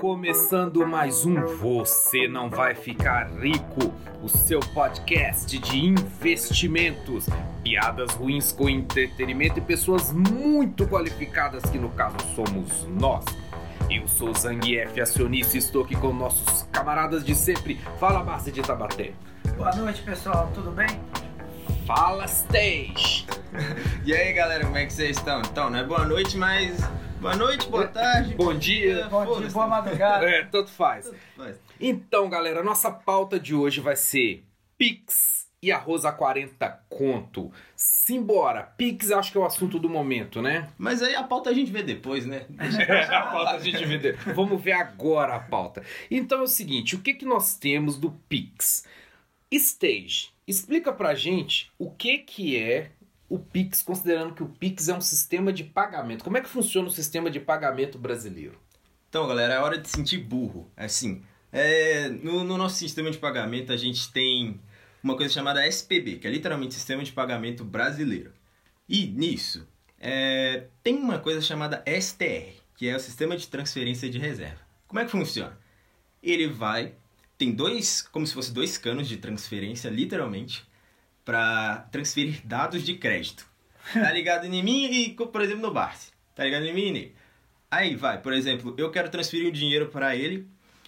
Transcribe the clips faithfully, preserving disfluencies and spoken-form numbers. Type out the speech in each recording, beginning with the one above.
Começando mais um Você Não Vai Ficar Rico, o seu podcast de investimentos, piadas ruins com entretenimento e pessoas muito qualificadas, que no caso somos nós. Eu sou Zangief, acionista, e estou aqui com nossos camaradas de sempre. Fala, Márcia de Tabaté. Boa noite, pessoal, tudo bem? Fala, Stage. E aí, galera, como é que vocês estão? Então, não é boa noite, mas... Boa noite, boa tarde, bom dia, bom dia, boa madrugada. É, tanto faz. Tanto faz. Então, galera, nossa pauta de hoje vai ser Pix e arroz a quarenta conto. Simbora, Pix acho que é o assunto do momento, né? Mas aí a pauta a gente vê depois, né? É, a pauta a gente vê depois. Vamos ver agora a pauta. Então é o seguinte, o que, que nós temos do Pix? Stage, explica pra gente o que, que é o Pix, considerando que o Pix é um sistema de pagamento. Como é que funciona o sistema de pagamento brasileiro? Então, galera, é hora de sentir burro. Assim, é, no, no nosso sistema de pagamento a gente tem uma coisa chamada S P B, que é literalmente Sistema de Pagamento Brasileiro. E nisso, é, tem uma coisa chamada S T R, que é o Sistema de Transferência de Reserva. Como é que funciona? Ele vai... Tem dois, como se fosse dois canos de transferência, literalmente, para transferir dados de crédito. Tá ligado em mim e, por exemplo, no Barsi. Tá ligado em mim e nele. Aí vai, por exemplo, eu quero transferir o dinheiro para ele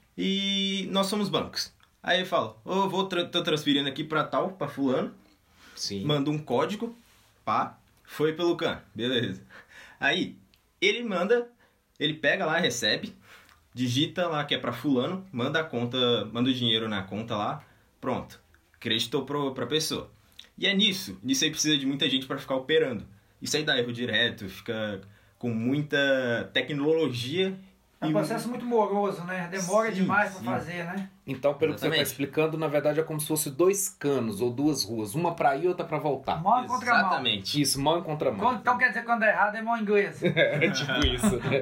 e nós somos bancos. Aí eu falo, eu vou tra- tô transferindo aqui para tal, para fulano. Sim. Mando um código, pá, foi pelo cano, beleza. Aí, ele manda, ele pega lá, recebe, digita lá que é para fulano, manda a conta, manda o dinheiro na conta lá, pronto, creditou pro, pra pessoa. E é nisso, nisso aí precisa de muita gente para ficar operando. Isso aí dá erro direto, fica com muita tecnologia. É um processo muito moroso, né? Demora Sim, demais sim. para fazer, né? Então, pelo que você Exatamente. está explicando, na verdade é como se fosse dois canos ou duas ruas, uma para ir e outra para voltar. Mão contra mão. Exatamente. Isso, mão contra mão. Quando- Então quer dizer que quando é errado é mão inglesa. É tipo isso, né?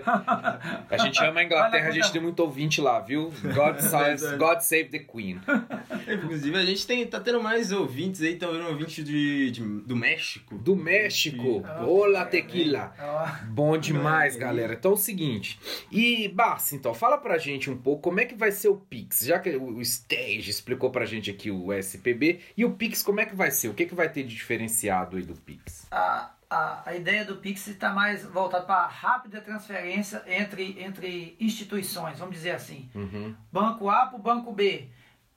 A gente ama a Inglaterra, a gente tem muito ouvinte lá, viu? God save, God save the Queen. Inclusive, a gente tem, tá tendo mais ouvintes aí, estão vendo ouvinte de, de, do México. Do México, Ah, olá é, tequila. Ó, Bom demais, É. galera. Então é o seguinte, e Barça, então, fala pra gente um pouco como é que vai ser o Pix, já que o Stage explicou pra gente aqui o S P B, e o Pix como é que vai ser? O que, que vai ter de diferenciado aí do Pix? a, a, a ideia do Pix está mais voltada para a rápida transferência entre, entre instituições, vamos dizer assim. Uhum. Banco A para o Banco B.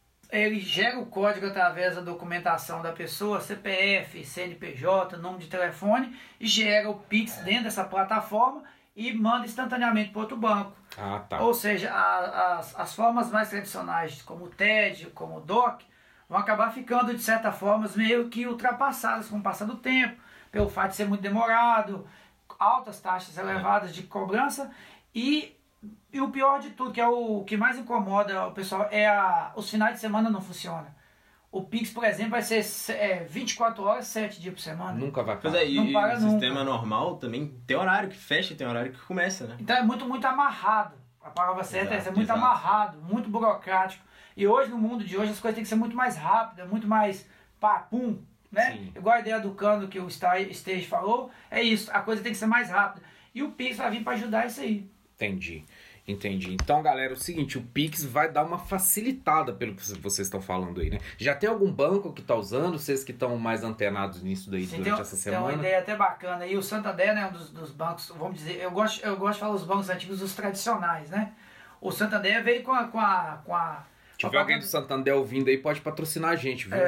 Ele gera o código através da documentação da pessoa, C P F, C N P J, número de telefone, e gera o Pix dentro dessa plataforma e manda instantaneamente para outro banco. Ah, tá. Ou seja, a- as, as formas mais tradicionais, como o T E D, como o D O C, vão acabar ficando, de certa forma, meio que ultrapassadas com o passar do tempo, pelo fato de ser muito demorado, altas taxas elevadas de cobrança e, e o pior de tudo, que é o que mais incomoda o pessoal, é a, os finais de semana não funcionam. O Pix, por exemplo, vai ser é, vinte e quatro horas, sete dias por semana. Nunca vai Pois parar. é, e, Não e para o nunca. sistema normal também tem horário que fecha e tem horário que começa, né? Então é muito, muito amarrado. A palavra certa é essa, é Exato, muito exato. amarrado, muito burocrático. E hoje, no mundo de hoje, as coisas têm que ser muito mais rápidas, muito mais papum, né? Sim. Igual a ideia do cano que o Sta- Stage falou, é isso, a coisa tem que ser mais rápida. E o Pix vai vir para ajudar isso aí. Entendi, entendi. Então, galera, é o seguinte, o Pix vai dar uma facilitada pelo que vocês estão falando aí, né? Já tem algum banco que tá usando? Vocês que estão mais antenados nisso daí Sim, durante tem, essa tem uma semana? ideia até bacana. E o Santander, né, um dos, dos bancos, vamos dizer, eu gosto, eu gosto de falar os bancos antigos, os tradicionais, né? O Santander veio com a... Com a, com a Se tiver alguém do Santander ouvindo aí, pode patrocinar a gente, viu?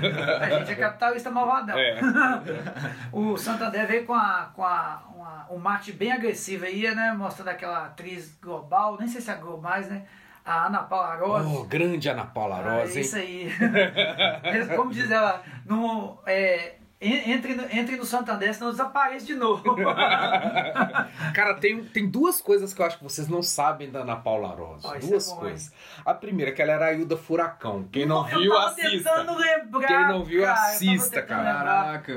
A gente é capitalista malvadão. É. O Santander veio com, a, com a, uma, um marketing bem agressivo aí, né? Mostrando aquela atriz global, nem sei se é global mais, né? A Ana Paula Rose. Oh, grande Ana Paula Ah, Rosa, é hein? isso aí. Eles, como diz ela, no, é, en- entre, no- entre no Santander, senão desaparece de novo. Cara, tem, tem duas coisas que eu acho que vocês não sabem da Ana Paula Rosa. Ó, isso duas é bom, coisas. A primeira, que ela era a Ailda Furacão. Quem não Eu viu, tava assista. tentando lembrar, Quem não viu, cara, eu tava assista, tentando cara. lembrar. Caraca, meu.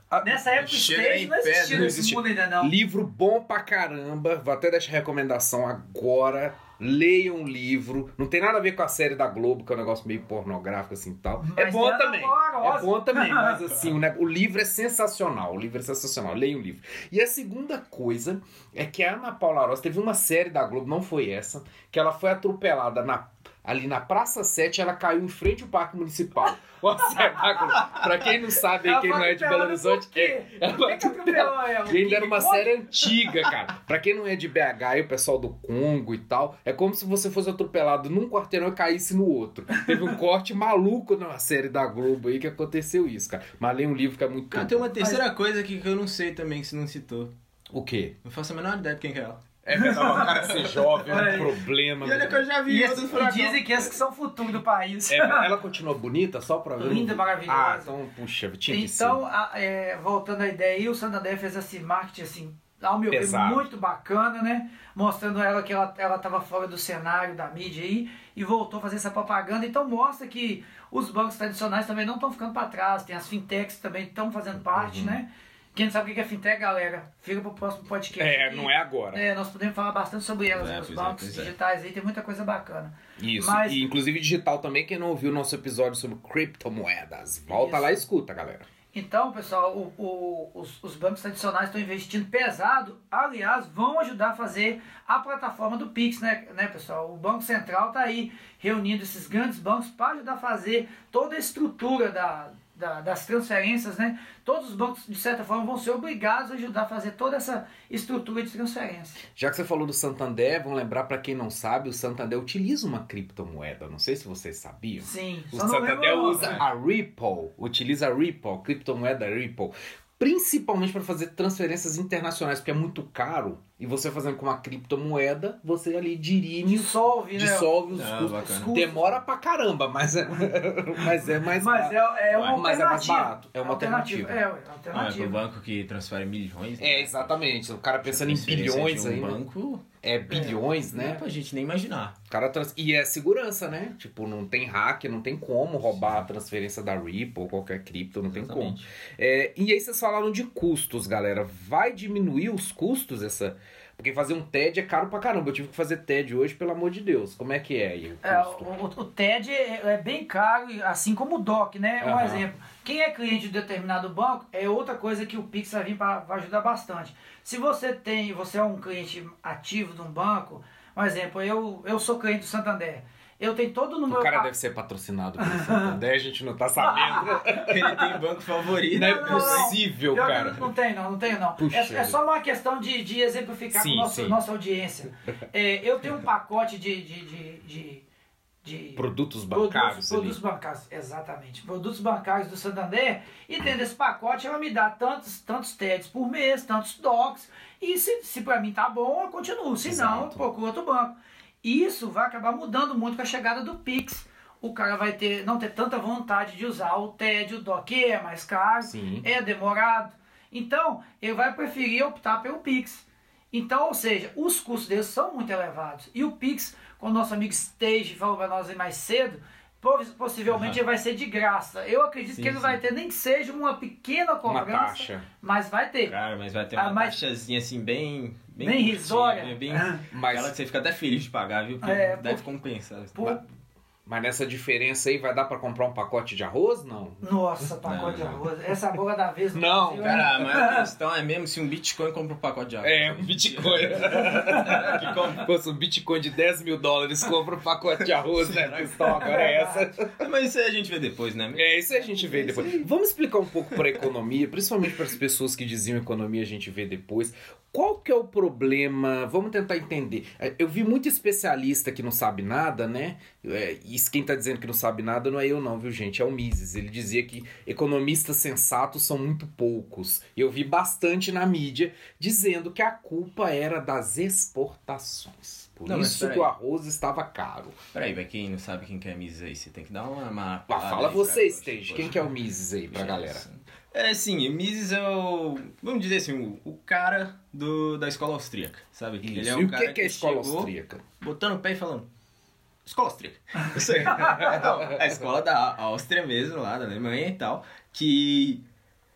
Ah, nessa época o Stage não existia não nesse mundo ainda não. Livro bom pra caramba. Vou até deixar recomendação agora. Leiam um livro. Não tem nada a ver com a série da Globo, que é um negócio meio pornográfico assim e tal. Mas é bom é também. horrorosa. É bom também. Mas assim, o, ne- o livro é sensacional. O livro é sensacional. Leiam o livro. E a segunda coisa é que a Ana Paula Arósio teve uma série da Globo, não foi essa, que ela foi atropelada na, ali na Praça sete, ela caiu em frente ao Parque Municipal. Uma série da Globo. Pra quem não sabe, aí, Ela quem não é de Belo atropelada Horizonte, por quê? é, ela Por que que atropelou ela? e ainda era uma Como? série antiga, cara. Pra quem não é de B H e o pessoal do Congo e tal, é como se você fosse atropelado num quarteirão e caísse no outro. Teve um corte maluco na série da Globo aí que aconteceu isso, cara. Mas leia um livro que é muito Cara, bom. tem uma terceira coisa aqui que eu não sei também, que você não citou. O quê? Não faço a menor ideia de quem que é ela. É verdade, o cara ser jovem é Olha um aí. problema. E olha que eu já vi E, outros esse- e furacão. dizem que esses que são o futuro do país. É, ela continua bonita só pra ver? Linda, maravilhosa. Ah, então, puxa, tinha que ser. Então, a- é, voltando à ideia aí, o Santander fez esse marketing assim, ao meu ver, Pesado. muito bacana, né? Mostrando ela que ela ela estava fora do cenário da mídia aí e voltou a fazer essa propaganda. Então mostra que os bancos tradicionais também não estão ficando para trás, tem as fintechs que também estão fazendo parte, Uhum. né? Quem não sabe o que é fintech, galera, fica pro próximo podcast. É, aqui. não é agora. É, nós podemos falar bastante sobre elas, É, né? Os pois é, bancos pois é. digitais aí, tem muita coisa bacana. Isso, Mas- e inclusive digital também, quem não ouviu o nosso episódio sobre criptomoedas, volta Isso. lá e escuta, galera. Então, pessoal, o- o- os, os bancos tradicionais estão investindo pesado, aliás, vão ajudar a fazer a plataforma do Pix, né, né pessoal? O Banco Central está aí reunindo esses grandes bancos para ajudar a fazer toda a estrutura da, da- das transferências, né? Todos os bancos, de certa forma, vão ser obrigados a ajudar a fazer toda essa estrutura de transferência. Já que você falou do Santander, vamos lembrar pra quem não sabe, o Santander utiliza uma criptomoeda. Não sei se vocês sabiam. Sim, O só não Santander lembro o usa nome. a Ripple, utiliza a Ripple, criptomoeda Ripple, principalmente para fazer transferências internacionais, porque é muito caro. E você fazendo com uma criptomoeda, você ali dirime, Dissolve, né? dissolve os Ah, custos. bacana. Os- Demora pra caramba, mas é, mas é mais Mas é, é uma Mas é mais alternativa. barato, é uma alternativa. É, é Ah, é pro alternativa. banco que transfere milhões. né? É, exatamente. O cara pensando em Transferência bilhões de um aí. banco, É bilhões, não é né? pra gente nem imaginar. O cara trans... E é segurança, né? Tipo, não tem hack, não tem como roubar a transferência da Ripple ou qualquer cripto, não tem como. Exatamente. É, e aí vocês falaram de custos, galera. Vai diminuir os custos essa... Porque fazer um T E D é caro pra caramba. Eu tive que fazer T E D hoje, pelo amor de Deus. Como é que é aí o É, custo? o, o T E D é, é bem caro, assim como o D O C, né? Um Aham. exemplo. Quem é cliente de determinado banco é outra coisa que o Pix vai vir para ajudar bastante. Se você tem, você é um cliente ativo de um banco, um exemplo, eu, eu sou cliente do Santander. Eu tenho todo no meu O cara ca- deve ser patrocinado pelo Santander, a gente não tá sabendo. Ele tem banco favorito. Não é Não, não, não. possível, Pior que cara. Não, não tem não, não tem não. Puxa É, é vida. só uma questão de, de exemplificar Sim, com nosso, sim. nossa audiência. É, eu tenho um pacote de... de, de, de, de Produtos bancários Produtos, ali. produtos bancários, exatamente. Produtos bancários do Santander. E dentro desse pacote ela me dá tantos, tantos T E Ds por mês, tantos D O Cs. E se, se para mim tá bom, eu continuo. Se não, Exato. procuro outro banco. Isso vai acabar mudando muito com a chegada do Pix. O cara vai ter, não ter tanta vontade de usar o T E D, o D O C, que é mais caro, Sim. é demorado. Então, ele vai preferir optar pelo Pix. Então, ou seja, os custos deles são muito elevados. E o Pix, como o nosso amigo Stage falou para nós aí mais cedo, poss- possivelmente Uhum. ele vai ser de graça. Eu acredito Sim, que ele sim. vai ter, nem que seja uma pequena Uma cobrança, taxa. mas vai ter. Cara, mas vai ter Ah, uma mas- taxazinha assim bem... Bem curtinha, risória. né? Bem... Mas- Aquela que você fica até feliz de pagar, viu? Porque É, deve por- compensar. Por- Mas nessa diferença aí vai dar pra comprar um pacote de arroz? Não. Nossa, pacote de Não. arroz. Essa é a boca da vez. no Não, Brasil, Cara, hein? mas a questão é mesmo se um Bitcoin compra um pacote de água. É, um Bitcoin. Que compra. Fosse um Bitcoin de dez mil dólares, compra um pacote de arroz, né? A questão agora é essa. Mas isso aí a gente vê depois, né? É, isso a gente vê depois. Vamos explicar um pouco para a economia, principalmente para as pessoas que diziam economia, a gente vê depois. Qual que é o problema? Vamos tentar entender. Eu vi muito especialista que não sabe nada, né? É, e quem tá dizendo que não sabe nada não é eu não, viu, gente? É o Mises. Ele dizia que economistas sensatos são muito poucos. Eu vi bastante na mídia dizendo que a culpa era das exportações. Por Não, mas isso peraí. que o arroz estava caro. Peraí, pra quem não sabe quem que é Mises aí, você tem que dar uma... uma Ah, palavra fala aí você, pra- Stage. Quem que é o Mises aí pra galera? É, sim, o Mises é o... Vamos dizer assim, o, o cara do, da escola austríaca, sabe? Ele Isso. é um E o cara que, que é a escola chegou austríaca? botando o pé e falando... Escola austríaca. Isso aí. Não, a escola da Áustria mesmo, lá da Alemanha e tal, que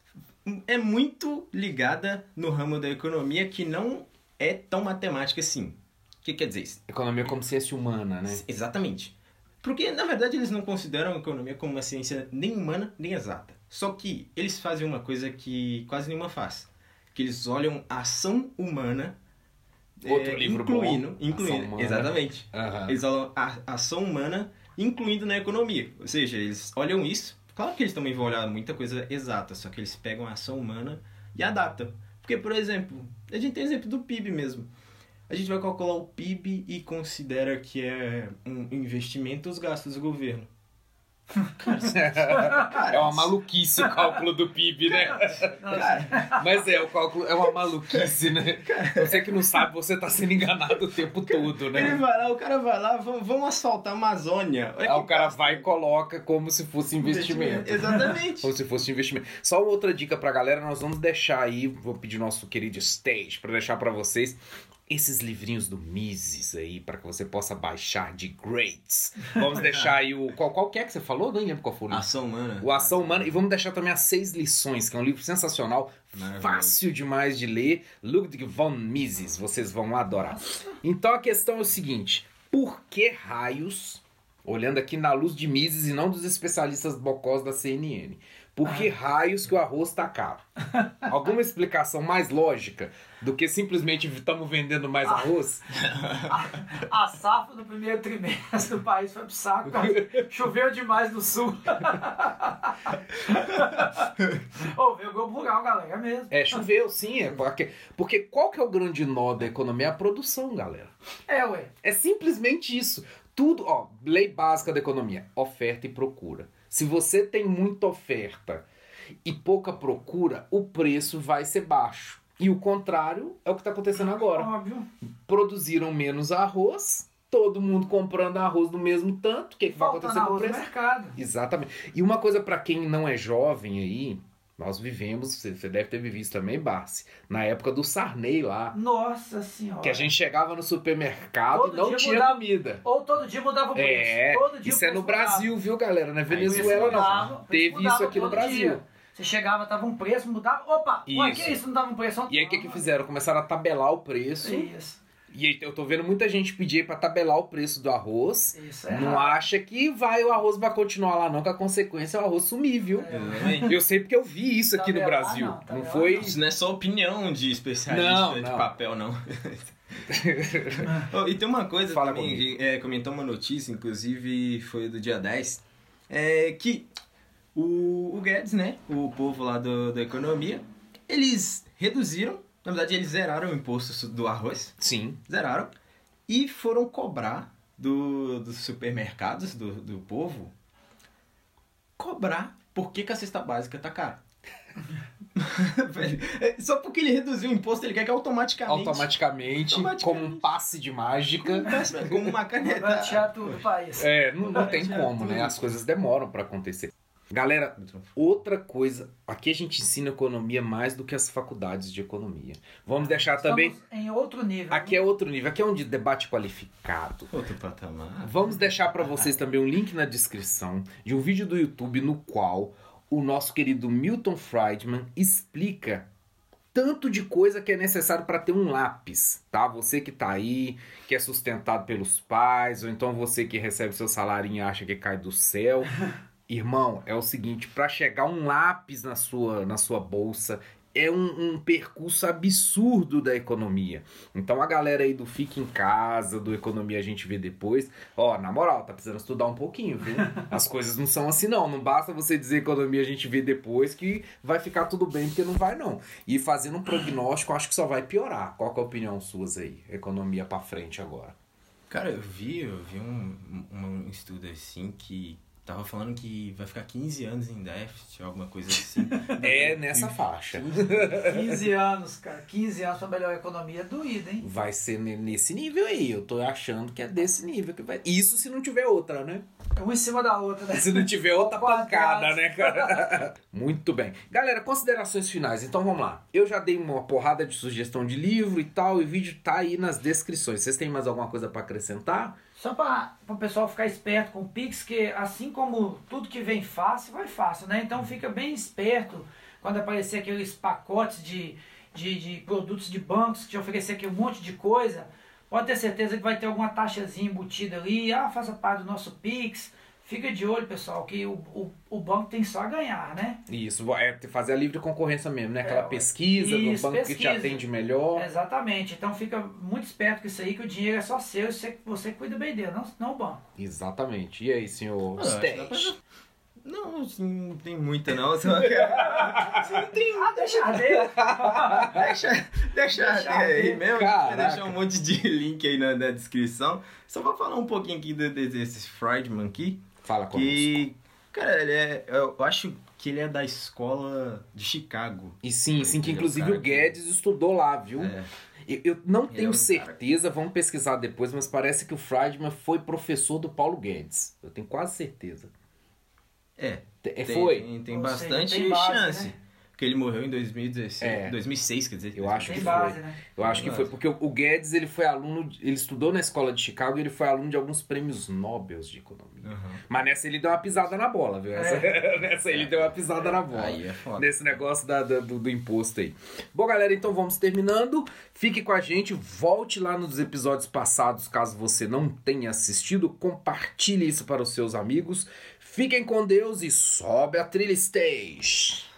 é muito ligada no ramo da economia que não é tão matemática assim. O que quer dizer isso? Economia como ciência humana, né? Exatamente. Porque, na verdade, eles não consideram a economia como uma ciência nem humana, nem exata. Só que eles fazem uma coisa que quase nenhuma faz. Que eles olham a ação humana... Outro é, livro incluindo, bom. incluindo, exatamente. Uhum. Eles olham a ação humana incluindo na economia. Ou seja, eles olham isso. Claro que eles também vão olhar muita coisa exata, só que eles pegam a ação humana e adaptam. Porque, por exemplo, a gente tem exemplo do P I B mesmo. A gente vai calcular o P I B e considera que é um investimento os gastos do governo. Cara, é uma maluquice o cálculo do P I B, né? Cara, mas é, o cálculo é uma maluquice, né? Você que não sabe, você tá sendo enganado o tempo todo, né? Ele vai lá, o cara vai lá, vamos, vamos asfaltar a Amazônia. Aí o cara vai e coloca como se fosse investimento. Exatamente. Como se fosse investimento. Só uma outra dica pra galera, nós vamos deixar aí, vou pedir nosso querido Stage pra deixar pra vocês esses livrinhos do Mises aí, para que você possa baixar de grades. Vamos deixar aí o... Qual, qual que é que você falou? Nem lembro qual foi o livro. Ação Humana. O Ação Humana. E vamos deixar também as seis lições, que é um livro sensacional, fácil demais de ler. Ludwig von Mises. Vocês vão adorar. Então a questão é o seguinte. Por que raios, olhando aqui na luz de Mises e não dos especialistas bocós da C N N, por que raios que o arroz tá caro? Alguma explicação mais lógica do que simplesmente estamos vendendo mais arroz? A, a safra do primeiro trimestre do país foi pro saco, choveu demais no sul. Ô, veio o Globo Rural, galera, é mesmo. É, choveu sim, é porque, porque qual que é o grande nó da economia? É a produção, galera. É, ué. É simplesmente isso. Tudo, ó, lei básica da economia, oferta e procura. Se você tem muita oferta e pouca procura, o preço vai ser baixo. E o contrário é o que está acontecendo agora. Óbvio. Produziram menos arroz, todo mundo comprando arroz do mesmo tanto, o que, que vai acontecer com o preço? Mercado. Exatamente. E uma coisa para quem não é jovem aí, nós vivemos, você deve ter vivido também, Barsi, na época do Sarney lá. Nossa senhora. Que a gente chegava no supermercado todo e não tinha mudava, comida. Ou todo dia mudava o preço. É, todo dia isso é no Brasil, viu, galera? Não é Venezuela, mudava, não. Teve isso aqui no Brasil. Dia. Você chegava, tava um preço, mudava. Opa, isso. Ué, que isso? Não dava um preço? E aí o que, que fizeram? Começaram a tabelar o preço. Isso. E aí eu tô vendo muita gente pedir pra tabelar o preço do arroz. Isso é Não errado. acha que vai, o arroz vai continuar lá, não, que a consequência é o arroz sumir, viu? É. Eu sei porque eu vi isso aqui Tabelar, no Brasil. não, Não, tabelar, foi. não. Isso não é só opinião de especialista Não, de não. papel, não. Oh, e tem uma coisa Fala também, comigo. que, é, comentou uma notícia, inclusive foi do dia dez, é, que o, o Guedes, né, o povo lá do, da economia, eles reduziram, na verdade eles zeraram o imposto do arroz, Sim. zeraram, e foram cobrar do, dos supermercados, do, do povo, cobrar por que, que a cesta básica tá cara. Velho, só porque ele reduziu o imposto, ele quer que automaticamente... Automaticamente, Automaticamente. como um passe de mágica. Como uma caneta. Vai tirar tudo do país. É, não, não tem Tirar como, tudo. né? As coisas demoram pra acontecer. Galera, outra coisa, aqui a gente ensina economia mais do que as faculdades de economia. Vamos deixar também... Estamos em outro nível. Aqui é outro nível, aqui é um de debate qualificado. Outro patamar. Vamos deixar para vocês também um link na descrição de um vídeo do YouTube no qual o nosso querido Milton Friedman explica tanto de coisa que é necessário para ter um lápis, tá? Você que tá aí, que é sustentado pelos pais, ou então você que recebe seu salário e acha que cai do céu. Irmão, é o seguinte, para chegar um lápis na sua, na sua bolsa é um, um percurso absurdo da economia. Então a galera aí do Fica em Casa, do Economia a gente vê depois, ó, na moral, tá precisando estudar um pouquinho, viu? As coisas não são assim não, não basta você dizer Economia a gente vê depois que vai ficar tudo bem, porque não vai não. E fazendo um prognóstico, acho que só vai piorar. Qual que é a opinião suas aí? Economia pra frente agora. Cara, eu vi, eu vi um, um, um estudo assim que tava falando que vai ficar quinze anos em déficit, alguma coisa assim. É nessa faixa. quinze anos, cara. quinze anos pra melhorar a economia é doído, hein? Vai ser nesse nível aí. Eu tô achando que é desse nível que vai. Isso se não tiver outra, né? Um em cima da outra, né? Se não tiver outra Quadrado. pancada, né, cara? Muito bem. Galera, considerações finais. Então vamos lá. Eu já dei uma porrada de sugestão de livro e tal, e o vídeo tá aí nas descrições. Vocês têm mais alguma coisa pra acrescentar? Só para o pessoal ficar esperto com o Pix, que assim como tudo que vem fácil, vai fácil, né? Então fica bem esperto quando aparecer aqueles pacotes de, de, de produtos de bancos que te oferecer aqui um monte de coisa, pode ter certeza que vai ter alguma taxazinha embutida ali, ah, faça parte do nosso Pix. Fica de olho, pessoal, que o, o, o banco tem só a ganhar, né? Isso, é fazer a livre concorrência mesmo, né? Aquela É, pesquisa do isso, banco pesquisa. que te atende melhor. Exatamente. Então fica muito esperto com isso aí, que o dinheiro é só seu e você, você cuida bem dele, não, não o banco. Exatamente. E aí, senhor Ah, acho que dá Stash? pra- Não, assim, não tem muita não. Só que... Assim, não tem... Ah, deixa dele. Deixa, deixa, Deixa aí ver. mesmo. Caraca. Vou deixar um monte de link aí na, na descrição. Só vou falar um pouquinho aqui do- de- desse Friedman aqui. Fala conosco. Que, cara, ele é... Eu acho que ele é da escola de Chicago. E sim, sim, que Ele é o inclusive cara o que- Guedes estudou lá, viu? É. Eu, eu não Ele é tenho um certeza, vamos pesquisar depois, mas parece que o Friedman foi professor do Paulo Guedes. Eu tenho quase certeza. É. Te- Tem, foi? Tem, tem Ou seja, bastante tem base, chance. né? Porque ele morreu em dois mil e dezesseis. É. dois mil e seis, quer dizer. Eu acho Tem que base, foi. né? Eu acho que foi, porque o o Guedes, ele foi aluno, de- ele estudou na escola de Chicago e ele foi aluno de alguns prêmios Nobel de economia. Uhum. Mas nessa ele deu uma pisada na bola, viu? Essa- nessa ele deu uma pisada na bola. Aí é foda. Nesse negócio da, da- do, do imposto aí. Bom, galera, então vamos terminando. Fique com a gente, volte lá nos episódios passados, caso você não tenha assistido. Compartilhe isso para os seus amigos. Fiquem com Deus e sobe a trilha stage.